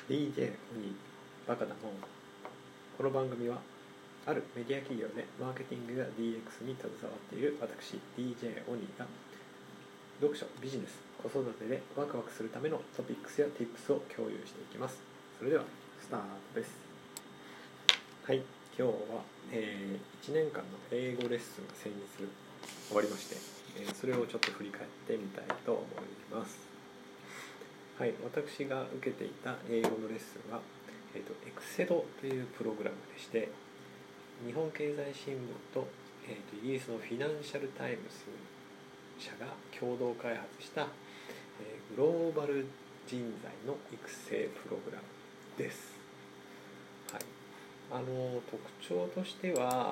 DJ にバカだもん。この番組はあるメディア企業でマーケティングや DX に携わっている私 DJ オニーが読書、ビジネス、子育てでワクワクするためのトピックスや Tips を共有していきます。それではスタートです。はい、今日は、1年間の英語レッスンが先日終わりまして、それをちょっと振り返ってみたいと思います。はい、私が受けていた英語のレッスンは、エクセドというプログラムでして、日本経済新聞と、イギリスのフィナンシャルタイムズ社が共同開発した、グローバル人材の育成プログラムです。はい、特徴としては、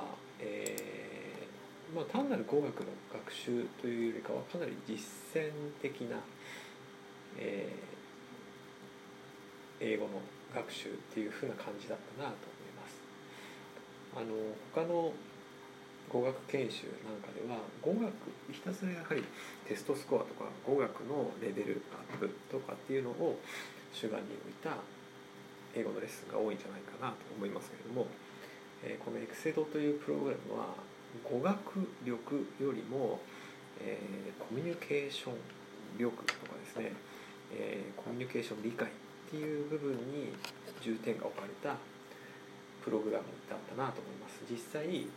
単なる語学の学習というよりかはかなり実践的な、英語の学習っていう風な感じだったなと思います。他の語学研修なんかでは語学ひたすらやはりテストスコアとか語学のレベルアップとかっていうのを主眼に置いた英語のレッスンが多いんじゃないかなと思いますけれども、このエクセドというプログラムは語学力よりも、コミュニケーション力とかですね、コミュニケーション理解っていう部分に重点が置かれたプログラムだったなと思います。実際、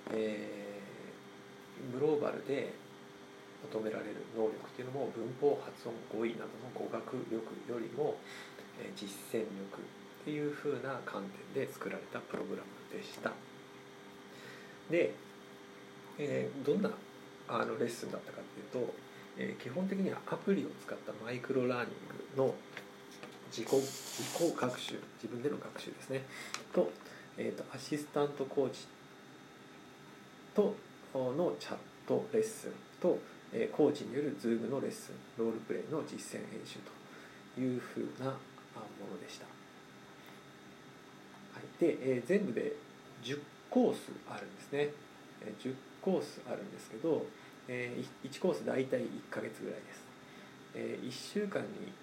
グローバルで求められる能力っていうのも文法、発音、語彙などの語学力よりも、実践力っていう風な観点で作られたプログラムでした。で、どんなレッスンだったかっていうと、基本的にはアプリを使ったマイクロラーニングの自己学習、自分での学習ですねと、アシスタントコーチとのチャットレッスンと、コーチによる Zoom のレッスン、ロールプレイの実践演習というふうなものでした。はい、で、全部で10コースあるんですね。10コースあるんですけど、1コース大体1ヶ月ぐらいです。1週間に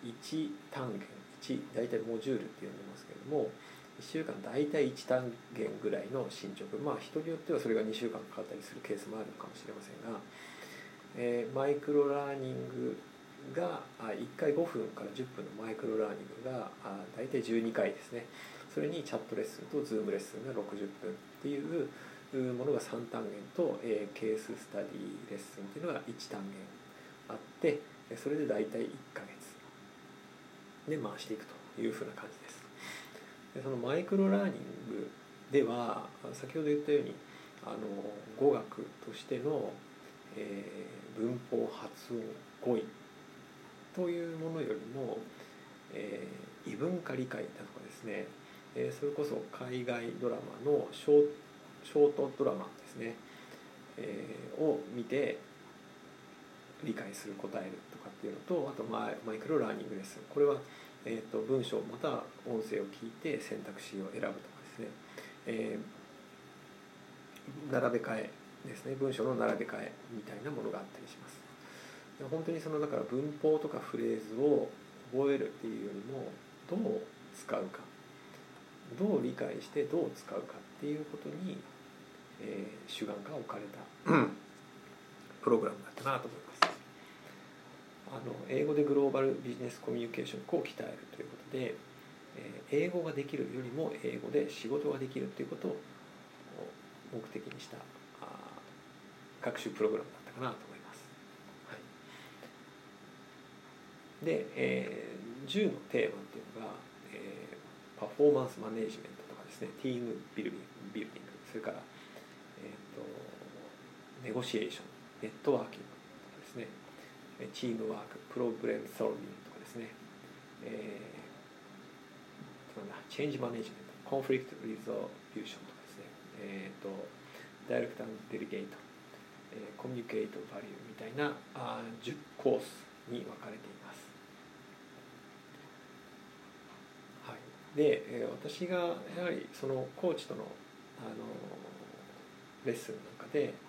1単元、大体モジュールって呼んでますけれども、1週間大体1単元ぐらいの進捗、人によってはそれが2週間かかったりするケースもあるのかもしれませんが、マイクロラーニングが1回5分から10分のマイクロラーニングが大体12回ですね。それにチャットレッスンとズームレッスンが60分っていうものが3単元と、ケーススタディレッスンっていうのが1単元あって、それで大体1ヶ月で回していくというふうな感じです。でそのマイクロラーニングでは先ほど言ったように語学としての、文法、発音、語彙というものよりも、異文化理解だとかですね、それこそ海外ドラマのショートドラマですね、を見て理解する、答えるとかっていうのと、あとマイクロラーニングレッスン、これは、文章または音声を聞いて選択肢を選ぶとかですね、並べ替えですね、文章の並べ替えみたいなものがあったりします。本当にだから文法とかフレーズを覚えるっていうよりもどう使うか、どう理解してどう使うかっていうことに、主眼が置かれたプログラムだったなと思います。英語でグローバルビジネスコミュニケーションを鍛えるということで、英語ができるよりも英語で仕事ができるということを目的にした学習プログラムだったかなと思います。はい、で、10のテーマっていうのが、パフォーマンスマネジメントとかですね、ティームビルディング、それから、ネゴシエーション、ネットワーキングとかですね、チームワーク、プロブレムソルビングとかですね、チェンジマネジメント、コンフリクトリゾリューションとかですね、ダイレクトデリゲート、コミュニケートバリューみたいな10コースに分かれています。はい、で、私がやはりそのコーチとの、レッスンなんかで、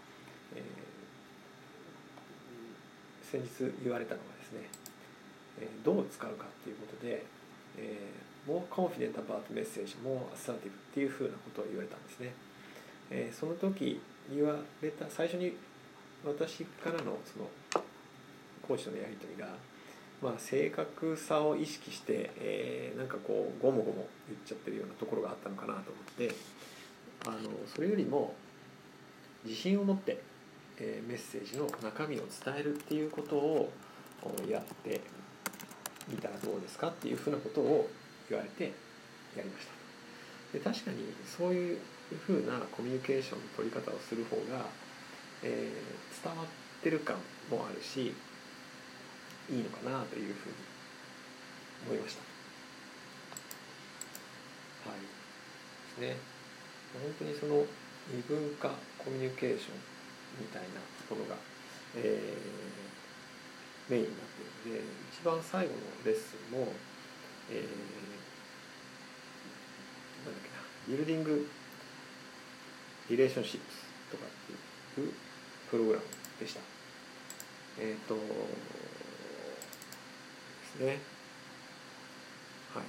先日言われたのはですね、どう使うかっていうことで、 more confident about message, more assertive っていうふうなことを言われたんですね。その時言われた最初に私からのその講師とのやり取りが、正確さを意識して、なんかこうゴモゴモ言っちゃってるようなところがあったのかなと思って、それよりも自信を持って、メッセージの中身を伝えるっていうことをやってみたらどうですかっていうふうなことを言われてやりました。で確かにそういうふうなコミュニケーションの取り方をする方が、伝わってる感もあるしいいのかなというふうに思いました。はいですね。本当にその異文化コミュニケーションみたいなものが、メインになっているので、一番最後のレッスンも、なんだっけな、ビルディングリレーションシップスとかっていうプログラムでした。ですね。はい。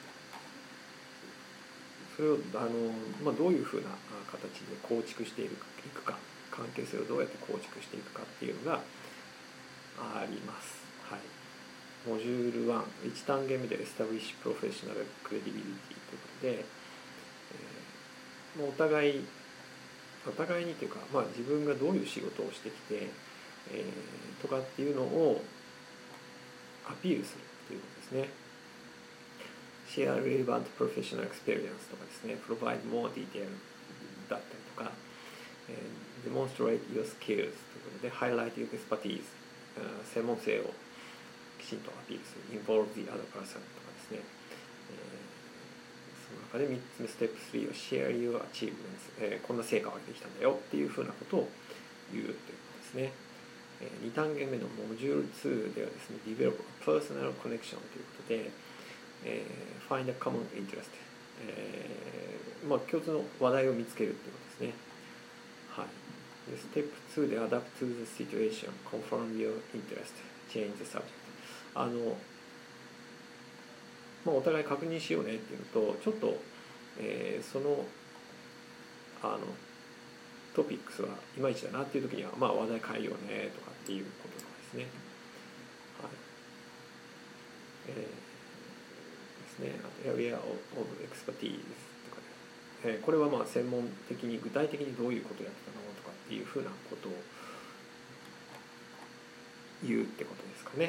それをどういうふうな形で構築していくか、関係性をどうやって構築していくかっていうのがあります。はい。モジュール1、1単元目で Establish Professional Credibility ということで、お互いにというか、自分がどういう仕事をしてきて、とかっていうのをアピールするということですね。Share relevant professional experience とかですね、Provide more detail だったりとか、Demonstrate your skills ということで Highlight your expertise、専門性をきちんとアピールする Involve the other person とかですね、その中で3つ目ステップ3を Share your achievements、こんな成果を上げてきたんだよっていうふうなことを言うということですね。2単元目のモジュール2ではですね Develop a personal connection ということで、Find a common interest、共通の話題を見つけるということですね。はい。でステップ2で Adapt to the situation, confirm your interest, change the subject。お互い確認しようねっていうのと、ちょっと、そのトピックスはいまいちだなっていう時には、話題変えようねとかっていうことですね。はい。ですね。あと Area of Expertise とかで、これは専門的に具体的にどういうことをやってたのとかっていうふうなことを言うってことですかね。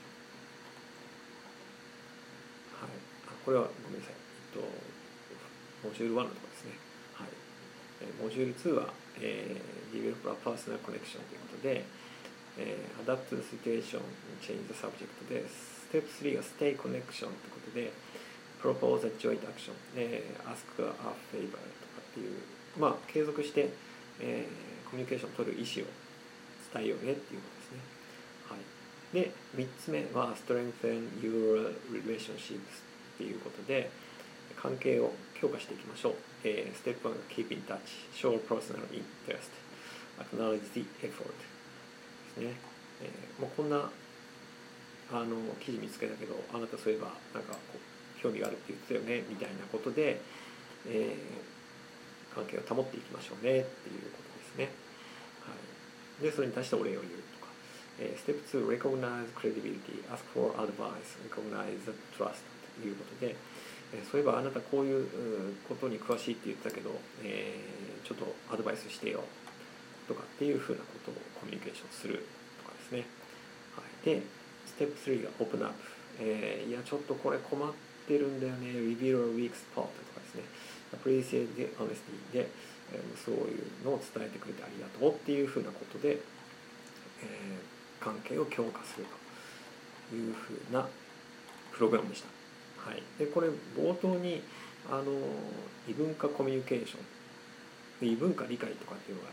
はい。これはごめんなさい。モジュール1のところですね。はい。モジュール2は、Develop a Personal Connection ということで、Adapt to the Situation, Change the Subject で、ステップ3が Stay Connection ということで、Propose a Joint Action、Ask a Favor とかっていう、継続して、コミュニケーションを取る意思を伝えようねっていうことですね。はい。で、3つ目は Strengthen Your Relationships っていうことで、関係を強化していきましょう。ステップ1が Keep in touch, Show personal interest, Acknowledge the effort ですね。もうこんな記事見つけたけど、あなたそういえばなんかこう興味があるって言ってたよねみたいなことで、関係を保っていきましょうねっていうことですね。はい。でそれに対してお礼を言うとか、ステップ2 Recognize credibility, Ask for advice, Recognize the trust ということで、そういえばあなたこういうことに詳しいって言ってたけど、ちょっとアドバイスしてよとかっていうふうなことをコミュニケーションするとかですね。はい、でステップ3が Open up、いやちょっとこれ困ってるんだよね Reveal a weak spot とかですね。Appreciate the honesty で、そういうのを伝えてくれてありがとうっていうふうなことで、関係を強化するというふうなプログラムでした。はい、でこれ冒頭に異文化コミュニケーション、異文化理解とかっていうのがあって、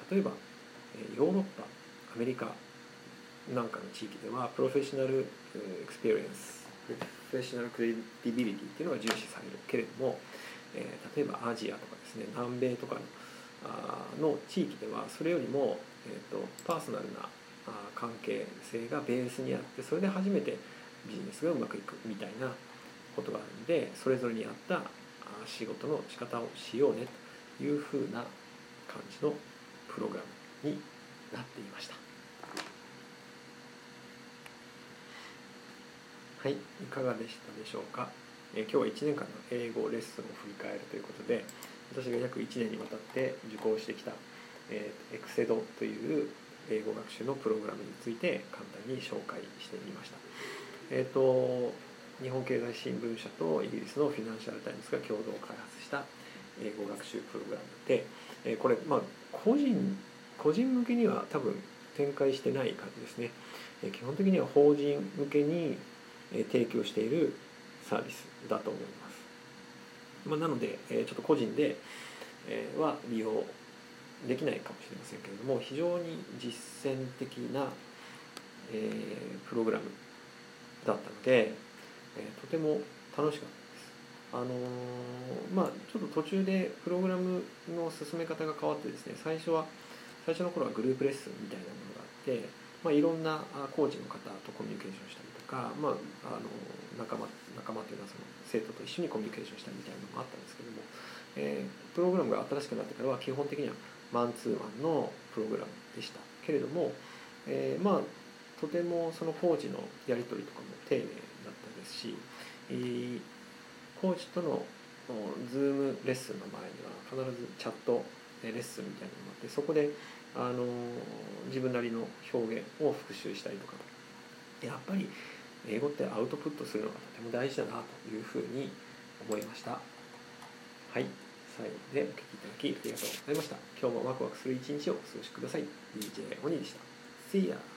例えばヨーロッパ、アメリカなんかの地域ではプロフェッショナルエクスペリエンス、プロフェッショナルクレディビリティっていうのが重視されるけれども、例えばアジアとかですね、南米とかの地域ではそれよりも、パーソナルな関係性がベースにあって、それで初めてビジネスがうまくいくみたいなことがあるので、それぞれに合った仕事の仕方をしようねというふうな感じのプログラムになっていました。はい、いかがでしたでしょうか。今日は1年間の英語レッスンを振り返るということで、私が約1年にわたって受講してきた、エクセドという英語学習のプログラムについて簡単に紹介してみました。日本経済新聞社とイギリスのフィナンシャルタイムズが共同開発した英語学習プログラムで、これ、個人向けには多分展開してない感じですね。基本的には法人向けに提供しているサービスだと思います。なので、ちょっと個人では利用できないかもしれませんけれども、非常に実践的なプログラムだったので、とても楽しかったです。ちょっと途中でプログラムの進め方が変わってですね、最初の頃はグループレッスンみたいなものがあって、いろんなコーチの方とコミュニケーションしたりとか、仲間というのはその生徒と一緒にコミュニケーションしたりみたいなのもあったんですけども、プログラムが新しくなってからは基本的にはマンツーマンのプログラムでしたけれども、とてもそのコーチのやり取りとかも丁寧だったですし、コーチとのズームレッスンの前には必ずチャットレッスンみたいなのがあって、そこで自分なりの表現を復習したりとか、やっぱり英語ってアウトプットするのがとても大事だなというふうに思いました。はい、最後までお聞きいただきありがとうございました。今日もワクワクする一日をお過ごしください。DJ オニーでした。See ya!